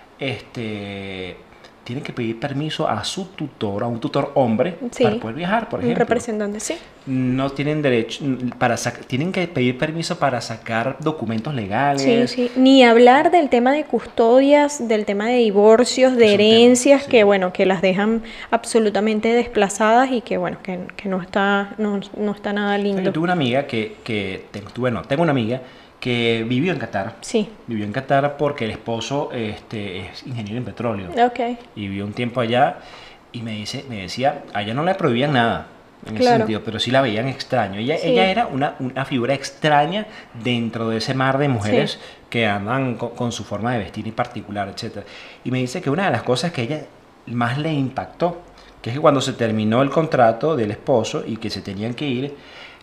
este, tienen que pedir permiso a su tutor, a un tutor hombre, Sí. para poder viajar, por Un ejemplo. representante, sí. No tienen derecho para sac- tienen que pedir permiso para sacar documentos legales. Sí, sí. Ni hablar del tema de custodias, del tema de divorcios, de Es un tema, herencias, sí. que bueno, que las dejan absolutamente desplazadas y que bueno, que, que no está, no, no está nada O sea, lindo. yo tuve una amiga que, que tengo, tuve- no, tengo una amiga que vivió en Qatar. Sí, Vivió en Qatar porque el esposo este, es ingeniero en petróleo. ok. Y vivió un tiempo allá y me dice, me decía, allá no le prohibían nada en ese Claro. sentido, pero sí la veían extraño. Ella, Sí. ella era una, una figura extraña dentro de ese mar de mujeres Sí. que andan con, con su forma de vestir en particular, etcétera. Y me dice que una de las cosas que a ella más le impactó, que es que cuando se terminó el contrato del esposo y que se tenían que ir,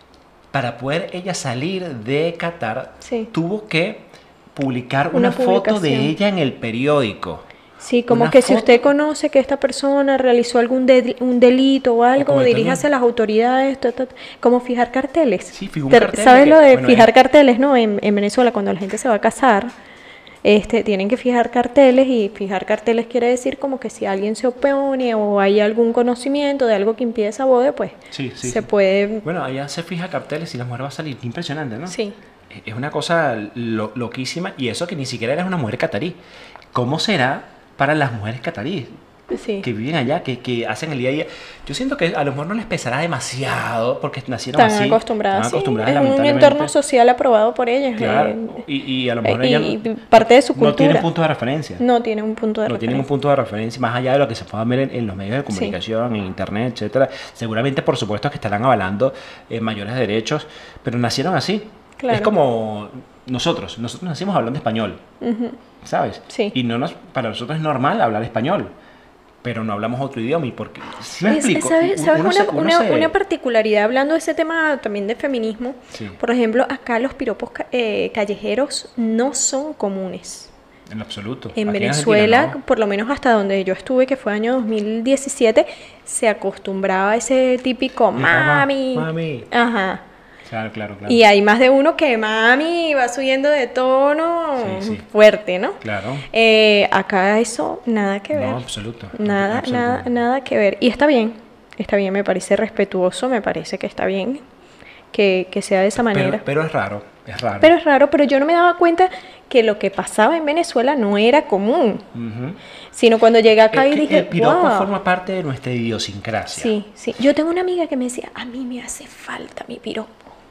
para poder ella salir de Qatar, Sí. tuvo que publicar Una una, foto de publicación. ella en el periódico. Sí, como Una que si foto. usted conoce que esta persona realizó algún de- un delito o algo, cometer diríjase a un- las autoridades, ta, ta, ta. Como fijar carteles. Sí, fijó un Te- cartel ¿Sabes de lo que, de bueno, fijar es- carteles, no? En, en Venezuela, cuando la gente se va a casar, este, tienen que fijar carteles y fijar carteles quiere decir como que si alguien se opone o hay algún conocimiento de algo que impide esa boda, pues Sí, sí, se sí. puede... Bueno, allá se fija carteles y la mujer va a salir. Qué impresionante, ¿no? Sí. Es una cosa lo- loquísima y eso que ni siquiera eres una mujer catarí. ¿Cómo será para las mujeres cataríes Sí. que viven allá, que, que hacen el día a día? Yo siento que a lo mejor no les pesará demasiado porque nacieron Están así. acostumbradas, Están sí. acostumbradas, Es un lamentablemente. entorno social aprobado por ellas. Claro. eh, Y, y a lo mejor eh, ellas y no, parte de su no tienen cultura. punto de referencia. No tiene un punto de No tienen un referencia. punto de referencia más allá de lo que se pueda ver en, en los medios de comunicación, en internet, etcétera. Seguramente, por supuesto, que estarán avalando eh, mayores derechos, pero nacieron así. Claro. Es como nosotros, nosotros nacimos hablando español, Ujú. ¿sabes? Sí. Y no nos, para nosotros es normal hablar español, pero no hablamos otro idioma. ¿Y por qué? ¿Sí me Es- explico? ¿Sabes, Uno sabes se- una, uno una- se- una particularidad hablando de ese tema también de feminismo? Sí. Por ejemplo, acá los piropos ca- eh, callejeros no son comunes. En lo absoluto. En Aquí Venezuela, Argentina, por lo menos hasta donde yo estuve, que fue año dos mil diecisiete, se acostumbraba a ese típico Mi mamá, mami. mami. Ajá. ¿no? Claro, claro, claro. Y hay más de uno que mami va subiendo de tono Sí, sí. fuerte, ¿no? Claro. Eh, acá eso nada que ver. No, absoluto. Nada, absoluto. nada, nada que ver. Y está bien, está bien, me parece respetuoso, me parece que está bien que, que sea de esa manera. Pero, pero es raro, es raro. Pero es raro, pero yo no me daba cuenta que lo que pasaba en Venezuela no era común, Ujú. sino cuando llegué acá Es y que dije, el piropo wow. forma parte de nuestra idiosincrasia. Sí, sí. Yo tengo una amiga que me decía, a mí me hace falta mi piropo.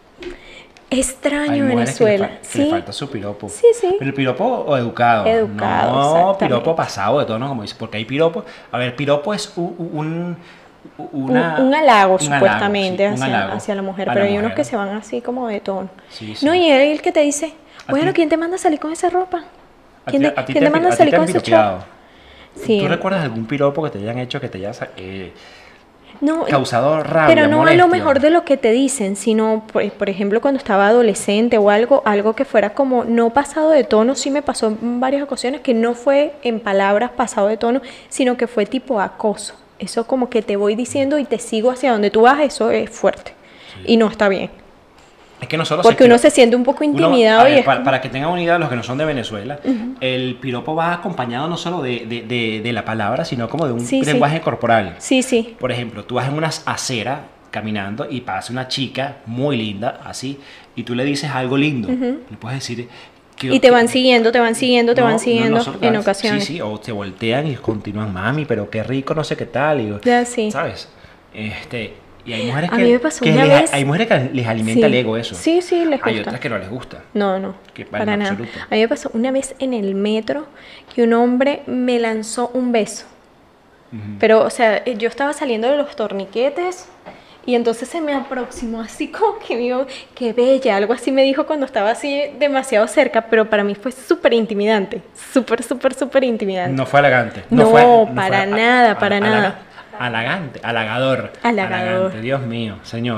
Extraño Hay mujeres que le, Venezuela. fa- que le Sí, falta su piropo. Sí, sí. Pero el piropo o educado. Educado, No, exactamente. piropo pasado de tono, como dice. Porque hay piropo. A ver, piropo es un. un, un, una- un halago un supuestamente sí, un hacia, halago hacia la mujer, a pero la hay unos mujer. que se van así como de tono. Sí, sí. No, y él el que te dice, A bueno, ti- ¿quién te manda a salir con esa ropa? A ¿Quién ti- te, a ti quién te han- manda a a ti salir te con han ese piropeado. short? Sí, ¿Tú recuerdas algún piropo que te hayan hecho que te haya sa- eh, no, causado rabia, pero no a molestia? lo mejor de lo que te dicen, sino, por, por ejemplo, cuando estaba adolescente o algo, algo que fuera como no pasado de tono, sí me pasó en varias ocasiones, que no fue en palabras pasado de tono, sino que fue tipo acoso. Eso como que te voy diciendo y te sigo hacia donde tú vas, eso es fuerte. Y no está bien. Es que nosotros Porque el uno piro- se siente un poco uno- intimidado a ver, y es para, como- para que tengan una idea los que no son de Venezuela, el piropo va acompañado no solo de, de- de- de la palabra, sino como de un Sí, sí. lenguaje corporal. Sí, sí. Por ejemplo, tú vas en una acera caminando y pasa una chica muy linda, así, y tú le dices algo lindo. Le puedes decir... que- Y te que- van siguiendo, te van siguiendo, te No, van no, siguiendo nosotros- en ocasiones. Sí, sí, o te voltean y continúan, mami, pero qué rico, no sé qué tal. Y, Ya, sí. ¿sabes? Este, y hay mujeres A que, mí me pasó que una les, vez- hay mujeres que les alimenta Sí. el ego eso. Sí, sí, les Hay gusta. otras que no les gusta. No, no, Que, bueno, para en nada. absoluto. A mí me pasó una vez en el metro que un hombre me lanzó un beso. Ujú. Pero, o sea, yo estaba saliendo de los torniquetes y entonces se me aproximó así como que vio, qué bella, algo así me dijo cuando estaba así demasiado cerca, pero para mí fue súper intimidante, súper, súper, súper intimidante. No fue halagante. No, fue- para fue nada, para nada. Halagante, halagador. Halagador. Halagante, Dios mío, señor.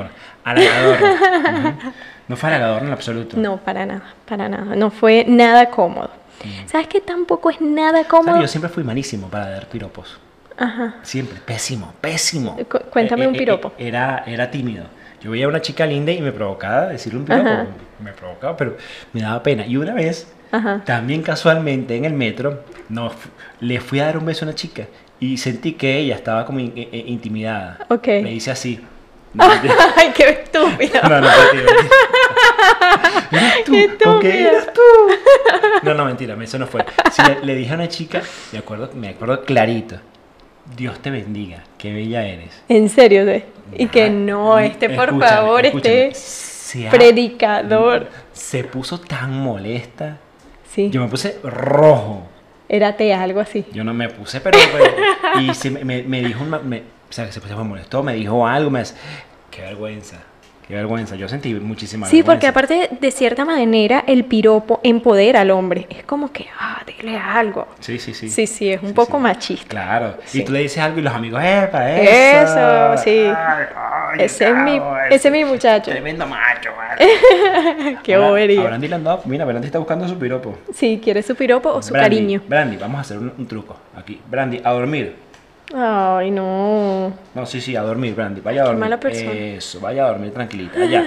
Halagador. Uh-huh. No fue halagador en absoluto. No, para nada, para nada. No fue nada cómodo. Mm. ¿Sabes qué tampoco es nada cómodo? ¿Sabes? Yo siempre fui malísimo para dar piropos. Ajá. Siempre, pésimo, pésimo. Cu- cuéntame eh, un piropo. Eh, era, era tímido. Yo veía a una chica linda y me provocaba decirle un piropo. Ajá. Me provocaba, pero me daba pena. Y una vez, Ajá. también casualmente en el metro, no, le fui a dar un beso a una chica y sentí que ella estaba como in, in, intimidada. Ok. Le hice así. No, ¡Ay, qué estúpido! No, no, mentira. ¿Eres tú? ¡Qué estúpido! ¿Ok? ¿Eres tú? No, no, mentira, eso no fue. Sí, le, le dije a una chica, me acuerdo, me acuerdo clarito. Dios te bendiga, qué bella eres. ¿En serio? ¿Sí? Y que no, este, por escúchame, favor, escúchame. este se ha, predicador. Se puso tan molesta. Sí. Yo me puse rojo. Era tea, algo así. Yo no me puse, pero... pero y se me, me dijo... Una, me, o sea, se me molestó, me dijo algo, me... Qué vergüenza. Qué vergüenza, yo sentí muchísima sí, vergüenza. Porque aparte, de cierta manera, el piropo empodera al hombre. Es como que, ah, dile algo. Sí, sí, sí. Sí, sí, es un sí, poco sí. machista. Claro. Sí. Y tú le dices algo y los amigos, ¡epa, eso! Eso, sí. Ay, ay, ese, es mi, ese es mi muchacho. Tremendo macho, vale. Qué bobería. A Brandy le andaba, mira, Brandy está buscando su piropo. Sí, quiere su piropo o su Brandy, cariño. Brandy, vamos a hacer un, un truco aquí. Brandy, a dormir. Ay, no. No, sí, sí, a dormir, Brandy. Vaya a dormir. Qué mala persona. Eso, vaya a dormir tranquilita. Ya.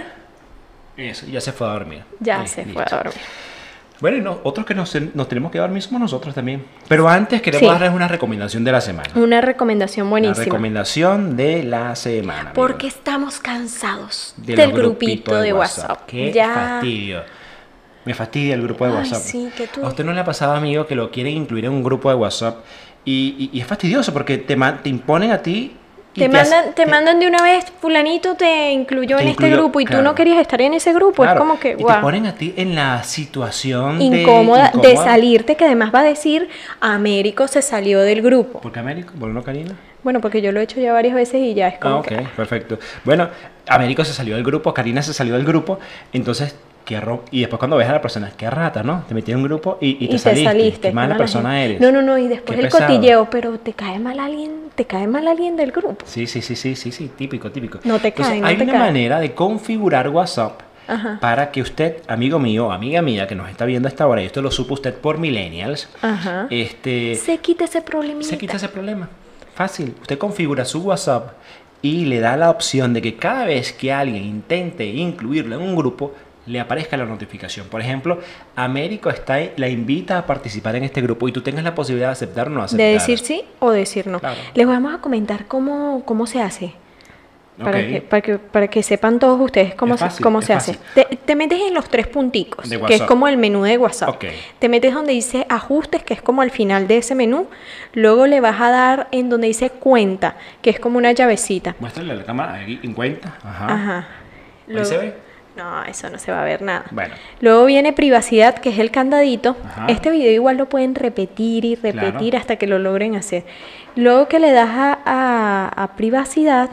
Eso, ya se fue a dormir. Ya Ahí, se listo. fue a dormir. Bueno, y no, otros que nos, nos tenemos que dormir somos nosotros también. Pero antes queremos sí. darles una recomendación de la semana. Una recomendación buenísima. Una recomendación de la semana. Porque amigo. Estamos cansados de del grupito de, de WhatsApp. WhatsApp. Qué ya. fastidio. Me fastidia el grupo de Ay, WhatsApp. Sí, que tú... ¿A usted no le ha pasado, amigo, que lo quieren incluir en un grupo de WhatsApp? Y, y, y es fastidioso porque te, te imponen a ti... Te, te, mandan, hace, te, te mandan de una vez, fulanito te incluyó te en incluyó, este grupo y claro. tú no querías estar en ese grupo. Claro. Es como que, wow. Y wow. te ponen a ti en la situación incómoda, de, incómoda de salirte, que además va a decir, Américo se salió del grupo. ¿Por qué Américo? ¿Por no Karina? Bueno, porque yo lo he hecho ya varias veces y ya es como ah, ok, que... perfecto. Bueno, Américo se salió del grupo, Karina se salió del grupo, entonces... Qué ro y después cuando ves a la persona, qué rata, ¿no? Te metí en un grupo y, y, te, y te saliste. saliste. Qué mala persona eres. No, no, no, y después qué el pesado. Cotilleo, pero te cae mal alguien, te cae mal alguien del grupo. Sí, sí, sí, sí, sí, sí, típico, típico. No te cae, Entonces, no hay te una cae. manera de configurar WhatsApp Ajá. para que usted, amigo mío, amiga mía, que nos está viendo a esta hora, y esto lo supo usted por Millennials, Ajá. este... Se quita ese problemita. Se quita ese problema. Fácil. Usted configura su WhatsApp y le da la opción de que cada vez que alguien intente incluirlo en un grupo, le aparezca la notificación. Por ejemplo, Américo está ahí, la invita a participar en este grupo y tú tengas la posibilidad de aceptar o no aceptar. De decir sí o decir no. Claro. Les vamos a comentar cómo, cómo se hace. Para, okay. que, para, que, para que sepan todos ustedes cómo fácil, se, cómo se hace. Te, te metes en los tres punticos, que es como el menú de WhatsApp. Okay. Te metes donde dice ajustes, que es como al final de ese menú. Luego le vas a dar en donde dice cuenta, que es como una llavecita. Muéstrale a la cámara, ahí en cuenta. Ajá. Ajá. ¿Ahí Luego, se ve? No, eso no se va a ver nada. Bueno. Luego viene privacidad, que es el candadito. Ajá. Este video igual lo pueden repetir y repetir claro. hasta que lo logren hacer. Luego que le das a, a, a privacidad,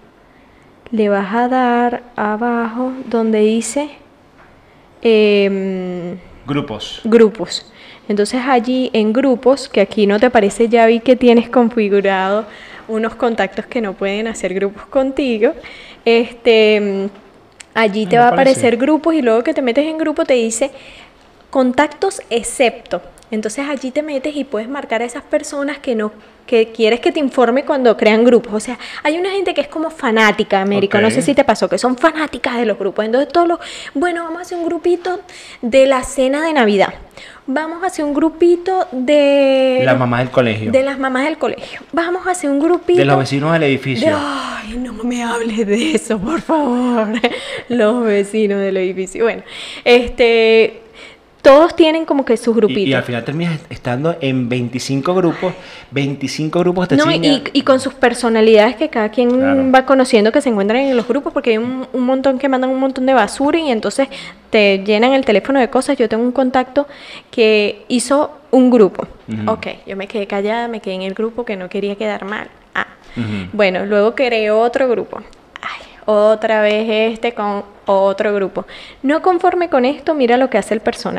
le vas a dar abajo donde dice eh, grupos. Grupos. Entonces allí en grupos, que aquí no te aparece, ya vi que tienes configurado unos contactos que no pueden hacer grupos contigo. Este... Allí te va a aparecer grupos y luego que te metes en grupo te dice contactos excepto. Entonces allí te metes y puedes marcar a esas personas que no que quieres que te informe cuando crean grupos. O sea, hay una gente que es como fanática de América, okay. No sé si te pasó, que son fanáticas de los grupos. Entonces todos los, bueno, vamos a hacer un grupito de la cena de Navidad. Vamos a hacer un grupito de... La mamá del colegio. De las mamás del colegio. Vamos a hacer un grupito... De los vecinos del edificio. De, ay, no me hables de eso, por favor. Los vecinos del edificio. Bueno, este... Todos tienen como que sus grupitos. Y, y al final terminas estando en veinticinco grupos, veinticinco grupos de No, y, y con sus personalidades que cada quien claro. va conociendo que se encuentran en los grupos, porque hay un, un montón que mandan un montón de basura y entonces te llenan el teléfono de cosas. Yo tengo un contacto que hizo un grupo. Uh-huh. Ok, yo me quedé callada, me quedé en el grupo que no quería quedar mal. Ah, uh-huh. Bueno, luego creó otro grupo. Ay, otra vez este con otro grupo. No conforme con esto, mira lo que hace el personaje.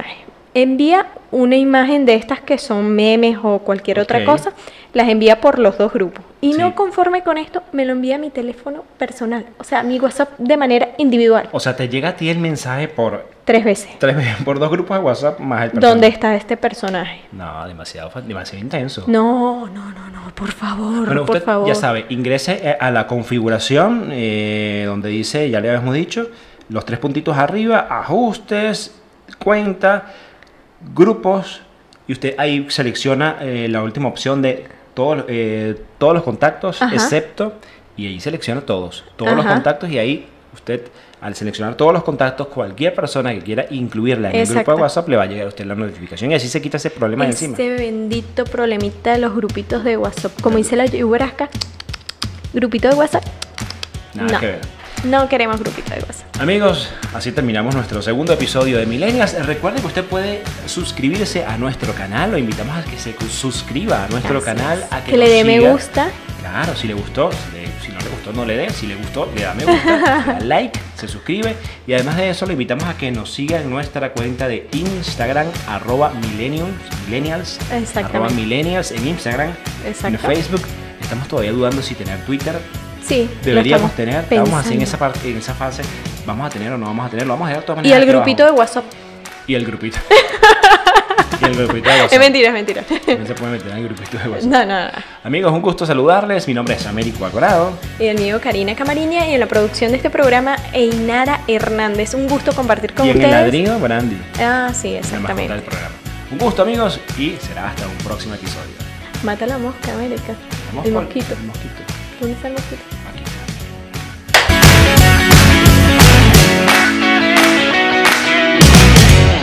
envía una imagen de estas que son memes o cualquier otra Ok. cosa, las envía por los dos grupos. Y Sí. no conforme con esto, me lo envía a mi teléfono personal, o sea, a mi WhatsApp de manera individual, O sea, te llega a ti el mensaje por tres veces. tres veces, por dos grupos de WhatsApp más el personal. ¿Dónde está este personaje? No, demasiado, fa- demasiado intenso. No, no, no, no, por favor, Bueno, por usted favor. ya sabe, ingrese eh, a la configuración eh, donde dice, ya le habíamos dicho, los tres puntitos arriba, ajustes, cuenta, grupos, y usted ahí selecciona eh, la última opción de todos, eh, todos los contactos, Ajá. excepto, y ahí selecciona todos, todos los Ajá. contactos, y ahí usted, al seleccionar todos los contactos, cualquier persona que quiera incluirla en el grupo Exacto. de WhatsApp, le va a llegar a usted la notificación, y así se quita ese problema de encima. Ese bendito problemita de los grupitos de WhatsApp. Como dice la Yuberasca, grupito de WhatsApp. Nada no, que ver. no queremos grupito de WhatsApp. Amigos, así terminamos nuestro segundo episodio de Millennials. Recuerden que usted puede suscribirse a nuestro canal. Lo invitamos a que se suscriba a nuestro Así canal. es. A que Que le nos dé me siga. gusta. Claro, si le gustó, le- si no le gustó, no le dé. Si le gustó, le da me gusta, le da like, se suscribe. Y además de eso, le invitamos a que nos siga en nuestra cuenta de Instagram, arroba millennials, millennials, Exactamente. arroba millennials en Instagram, Exacto. en Facebook. Estamos todavía dudando si tener Twitter. Sí, lo Deberíamos estamos tener, estamos así en pensando. esa parte, en esa fase, vamos a tener o no vamos a tener, lo vamos a dejar de todas Y maneras. el aquí grupito de abajo. WhatsApp. Y el grupito. Y el grupito de WhatsApp. Es mentira, es mentira. No se puede meter en el grupito de WhatsApp. No, no, no. Amigos, un gusto saludarles. Mi nombre es Américo Alvarado. Y el mío, Karina Camariña, y en la producción de este programa, Einara Hernández. Un gusto compartir con Y en ustedes. el ladrillo, Brandy, Ah, sí, la mascota del exactamente. programa. Un gusto, amigos, y será hasta un próximo episodio. Mata la mosca, América. Vamos El por- mosquito. El mosquito. ¿Dónde está el mosquito?